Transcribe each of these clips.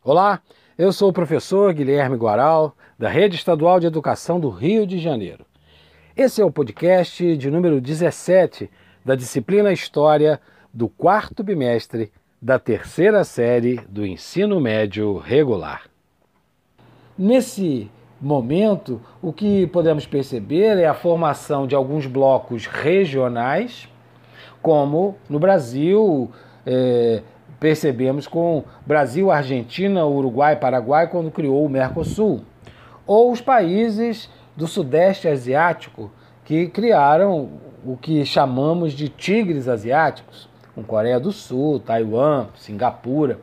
Olá, eu sou o professor Guilherme Guaral, da Rede Estadual de Educação do Rio de Janeiro. Esse é o podcast de número 17 da disciplina História do quarto bimestre da terceira série do ensino médio regular. Nesse momento, o que podemos perceber é a formação de alguns blocos regionais, como no Brasil, percebemos com Brasil, Argentina, Uruguai, Paraguai, quando criou o Mercosul, ou os países do Sudeste Asiático, que criaram o que chamamos de tigres asiáticos, com Coreia do Sul, Taiwan, Singapura.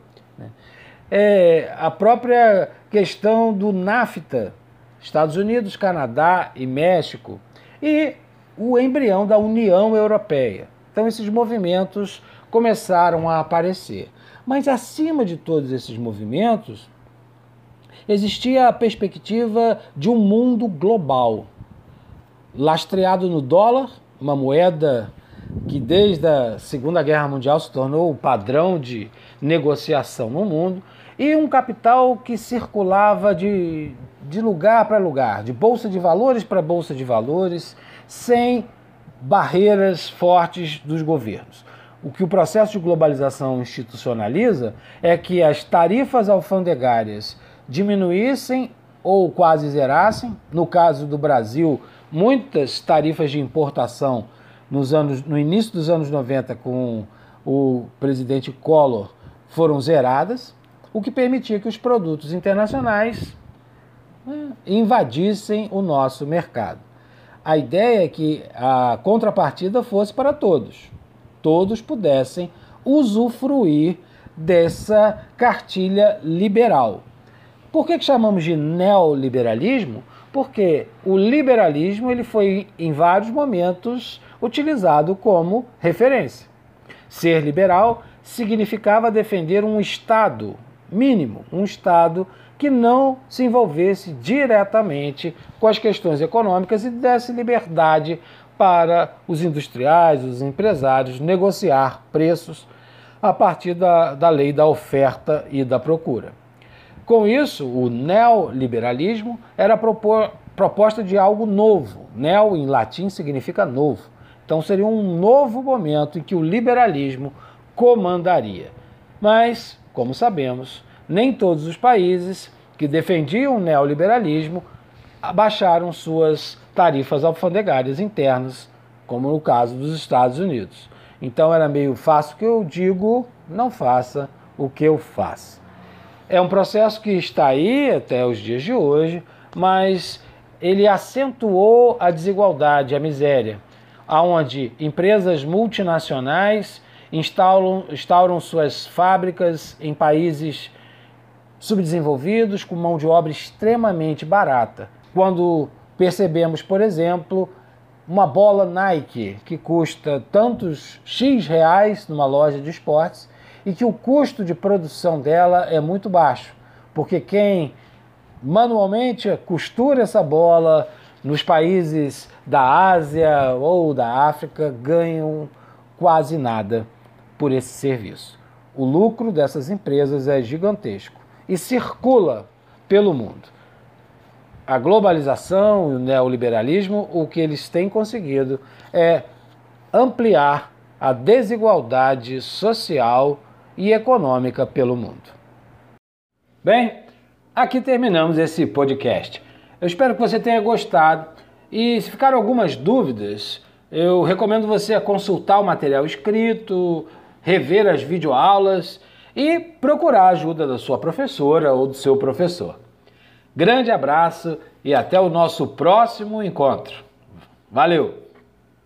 A própria questão do NAFTA, Estados Unidos, Canadá e México, e o embrião da União Europeia. Então esses movimentos começaram a aparecer. Mas acima de todos esses movimentos, existia a perspectiva de um mundo global, lastreado no dólar, uma moeda que desde a Segunda Guerra Mundial se tornou o padrão de negociação no mundo, e um capital que circulava de lugar para lugar, de bolsa de valores para bolsa de valores, sem barreiras fortes dos governos. O que o processo de globalização institucionaliza é que as tarifas alfandegárias diminuíssem ou quase zerassem. No caso do Brasil, muitas tarifas de importação no início dos anos 90, com o presidente Collor, foram zeradas, o que permitia que os produtos internacionais invadissem o nosso mercado. A ideia é que a contrapartida fosse para todos. Todos pudessem usufruir dessa cartilha liberal. Por que chamamos de neoliberalismo? Porque o liberalismo ele foi, em vários momentos, utilizado como referência. Ser liberal significava defender um Estado mínimo, um Estado que não se envolvesse diretamente com as questões econômicas e desse liberdade para os industriais, os empresários negociar preços a partir da lei da oferta e da procura. Com isso, o neoliberalismo era a proposta de algo novo. Neo, em latim, significa novo. Então seria um novo momento em que o liberalismo comandaria. Mas, como sabemos, nem todos os países que defendiam o neoliberalismo abaixaram suas tarifas alfandegárias internas, como no caso dos Estados Unidos. Então era meio fácil que eu digo, não faça o que eu faço. É um processo que está aí até os dias de hoje, mas ele acentuou a desigualdade, a miséria, onde empresas multinacionais instauram suas fábricas em países subdesenvolvidos, com mão de obra extremamente barata. Quando percebemos, por exemplo, uma bola Nike que custa tantos X reais numa loja de esportes e que o custo de produção dela é muito baixo, porque quem manualmente costura essa bola nos países da Ásia ou da África ganham quase nada por esse serviço. O lucro dessas empresas é gigantesco e circula pelo mundo. A globalização e o neoliberalismo, o que eles têm conseguido é ampliar a desigualdade social e econômica pelo mundo. Bem, aqui terminamos esse podcast. Eu espero que você tenha gostado e se ficaram algumas dúvidas, eu recomendo você consultar o material escrito, rever as videoaulas e procurar a ajuda da sua professora ou do seu professor. Grande abraço e até o nosso próximo encontro. Valeu!